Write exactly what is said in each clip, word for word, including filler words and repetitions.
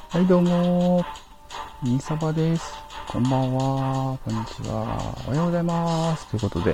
はい、どうもー。インサバです。こんばんは。こんにちは。おはようございます。ということで。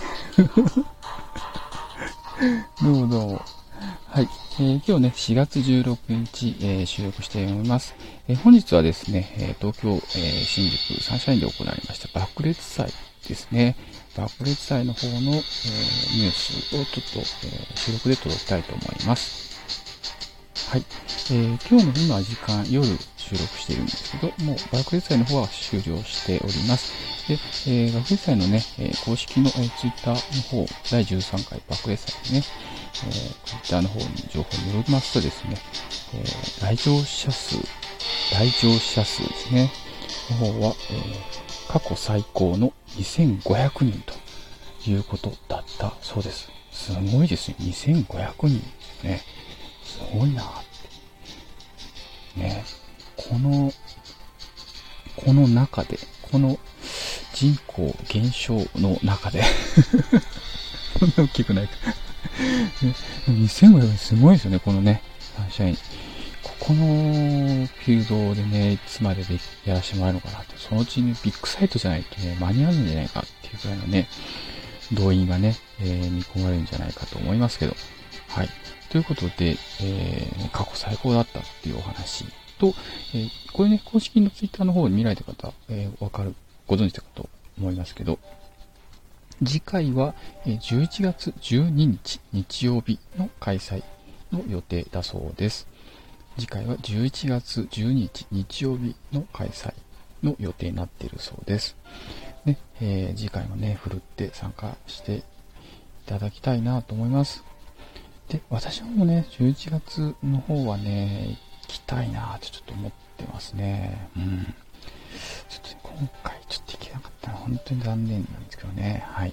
どうもどうも。はい。えー、今日ね、しがつじゅうろくにち、えー、収録しております。えー、本日はですね、えー、東京、えー、新宿サンシャインで行われました爆裂祭ですね。爆裂祭の方の、えー、ニュースをちょっと、えー、収録で届けたいと思います。はい。えー、今日の今時間、夜収録しているんですけど、もう爆裂祭の方は終了しております。で、えー、爆裂祭のね、えー、公式の、えー、ツイッターの方、だいじゅうさんかい爆裂祭のね、えー、ツイッターの方に情報によりますとですね、えー、来場者数、来場者数ですね、の方は、えー、過去最高のにせんごひゃくにんということだったそうです。すごいですね。にせんごひゃくにんね。すごいなってね。この、この中で、この人口減少の中でそんな大きくないかにせんごひゃくえんすごいですよね、このね、サンシャイン。ここのフィールドでね、いつまででやらせてもらえるのかなって、そのうちにビッグサイトじゃないとね、間に合うんじゃないかっていうくらいのね、動員がね、えー、見込まれるんじゃないかと思いますけど。はい。ということで、えー、過去最高だったっていうお話と、えー、これね、公式のツイッターの方に見られた方、えー、わかる、ご存知だかと思いますけど、次回はじゅういちがつじゅうににち日曜日の開催の予定だそうです。次回はじゅういちがつじゅうににち日曜日の開催の予定になっているそうです。ね、えー、次回もね、ふるって参加していただきたいなと思います。で、私もね、じゅういちがつの方はね、行きたいなってちょっと思ってますね。うん。ちょっと、ね、今回ちょっと行けなかったのは本当に残念なんですけどね。はい。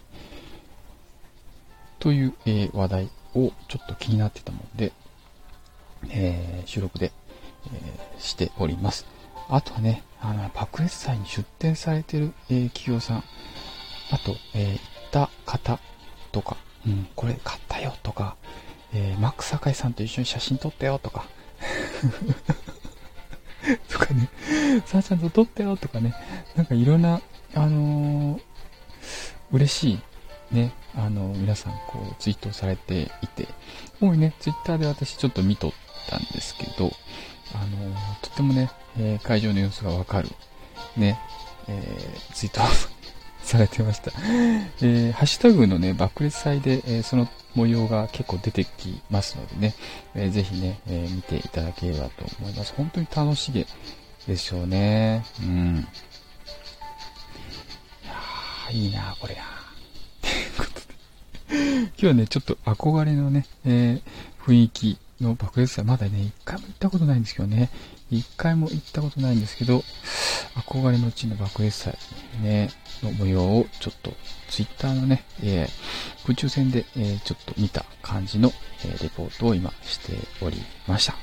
という、えー、話題をちょっと気になってたので、えー、収録で、えー、しております。あとはね、あの、爆裂祭に出展されてる、えー、企業さん、あと、えー、行った方とか、うん、これ買ったよとか、えー、マック坂井さんと一緒に写真撮ったよとか、とかね、さあちゃんと撮ったよとかね、なんかいろんな、あのー、嬉しい、ね、あのー、皆さんこう、ツイートされていて、多いね、ツイッターで私ちょっと見とったんですけど、あのー、とってもね、えー、会場の様子がわかる、ね、えー、ツイートされてました。えー、ハッシュタグのね、爆裂祭で、えー、その模様が結構出てきますのでね、えー、ぜひね、えー、見ていただければと思います。本当に楽しげでしょうね。うん。いやー、いいなこれなということで。今日はね、ちょっと憧れのね、えー、雰囲気の爆裂祭、まだね、一回も行ったことないんですけどね、一回も行ったことないんですけど、憧れのうちの爆裂祭ね、の模様をちょっとツイッターのね、えー、空中戦で、えー、ちょっと見た感じの、えー、レポートを今しておりました。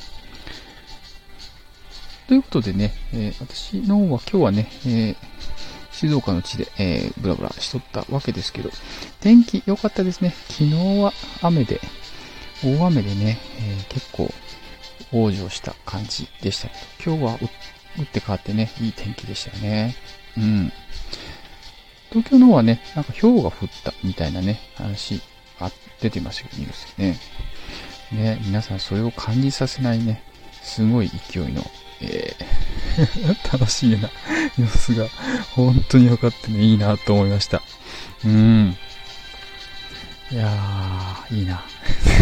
ということでね、えー、私の方は今日はね、えー、静岡の地で、えー、ブラブラしとったわけですけど、天気良かったですね。昨日は雨で、大雨でね、えー、結構往生した感じでしたけど、今日は打って変わってね、いい天気でしたよね。うん。東京の方はね、なんか氷が降ったみたいなね、話が出てましたけど、ニュースでね。ね、皆さんそれを感じさせないね、すごい勢いの、えー、楽しいな様子が本当に分かってね、いいなと思いました。うん。いやー、いいな。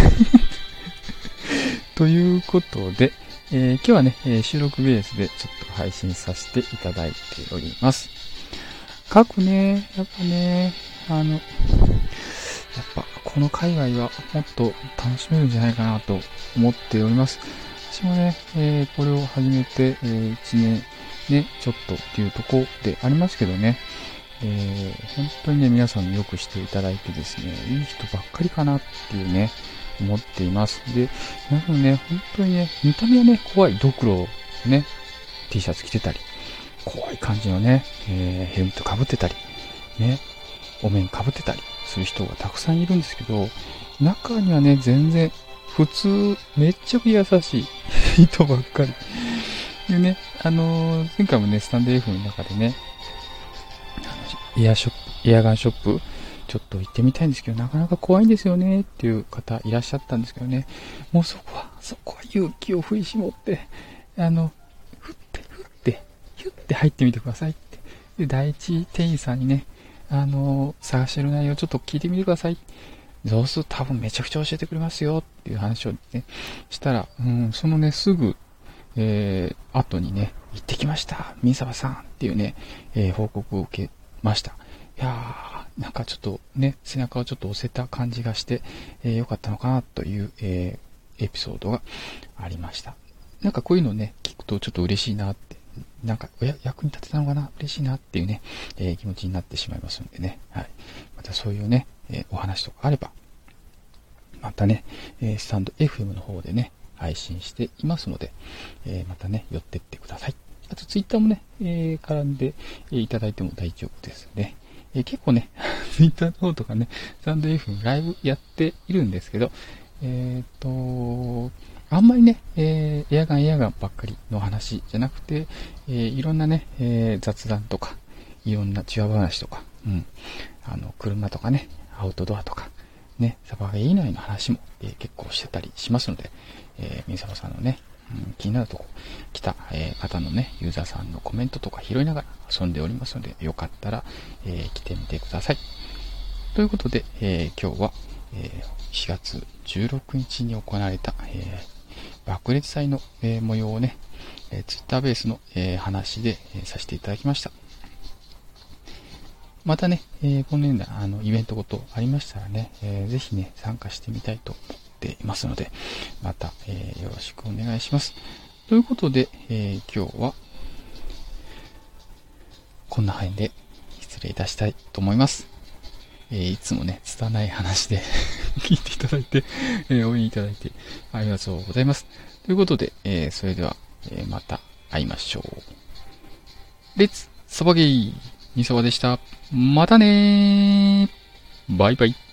ということで、えー、今日はね、えー、収録ベースでちょっと配信させていただいております。各ね、やっぱね、あの、やっぱこの界隈はもっと楽しめるんじゃないかなと思っております。私もね、えー、これを始めて、えー、いちねんね、ちょっとっていうとこでありますけどね、えー、本当にね、皆さんよくしていただいてですね、いい人ばっかりかなっていうね、思っています。で、皆さんね、本当にね、見た目はね、怖いドクロね、T シャツ着てたり、怖い感じのね、えー、ヘルメット被ってたり、ね、お面被ってたりする人がたくさんいるんですけど、中にはね、全然、普通、めっちゃ優しい人ばっかり。 でね、あのー、前回もね、スタンド F の中でね、あのエアショップ、エアガンショップ、ちょっと行ってみたいんですけど、なかなか怖いんですよね、っていう方いらっしゃったんですけどね、もうそこは、そこは勇気を振り絞って、あの、ふって、ふって、ひゅって入ってみてくださいって。で、第一店員さんにね、あのー、探してる内容ちょっと聞いてみてください。そうすると多分めちゃくちゃ教えてくれますよっていう話をね、したら、うん、そのね、すぐ、えー、後にね、行ってきました、三沢さんっていうね、えー、報告を受けました。いやー、なんかちょっとね、背中をちょっと押せた感じがして、えー、よかったのかなという、えー、エピソードがありました。なんかこういうのね、聞くとちょっと嬉しいなって、なんか、おや、役に立てたのかな、嬉しいなっていうね、えー、気持ちになってしまいますのでね、はい。またそういうね、えー、お話とかあれば、またね、えー、スタンド エフエム の方でね、配信していますので、えー、またね、寄ってってください。あと、ツイッターもね、えー、絡んで、えー、いただいても大丈夫ですね。えー、結構ね、ツイッターの方とかね、スタンド エフエム ライブやっているんですけど、えっと、あんまりね、えー、エアガンエアガンばっかりの話じゃなくて、えー、いろんなね、えー、雑談とか、いろんなチワ話とか、うん、あの、車とかね、アウトドアとか、ね、サバゲー以内の話も、えー、結構してたりしますので、えー、みさばさんのね、うん、気になるとこ来た、えー、方のね、ユーザーさんのコメントとか拾いながら遊んでおりますので、よかったら、えー、来てみてください。ということで、えー、今日は、えー、しがつじゅうろくにちに行われた、えー、爆裂祭の、えー、模様をね、えー、ツイッターベースの、えー、話で、えー、させていただきました。またね、えー、このようなあのイベントごとありましたらね、えー、ぜひね、参加してみたいと思っていますので、また、えー、よろしくお願いします。ということで、えー、今日は、こんな範囲で失礼いたしたいと思います。えー、いつもね、拙い話で聞いていただいて、えー、応援いただいてありがとうございます。ということで、えー、それでは、えー、また会いましょう。レッツサバゲー、みそばでした。またねー。バイバイ。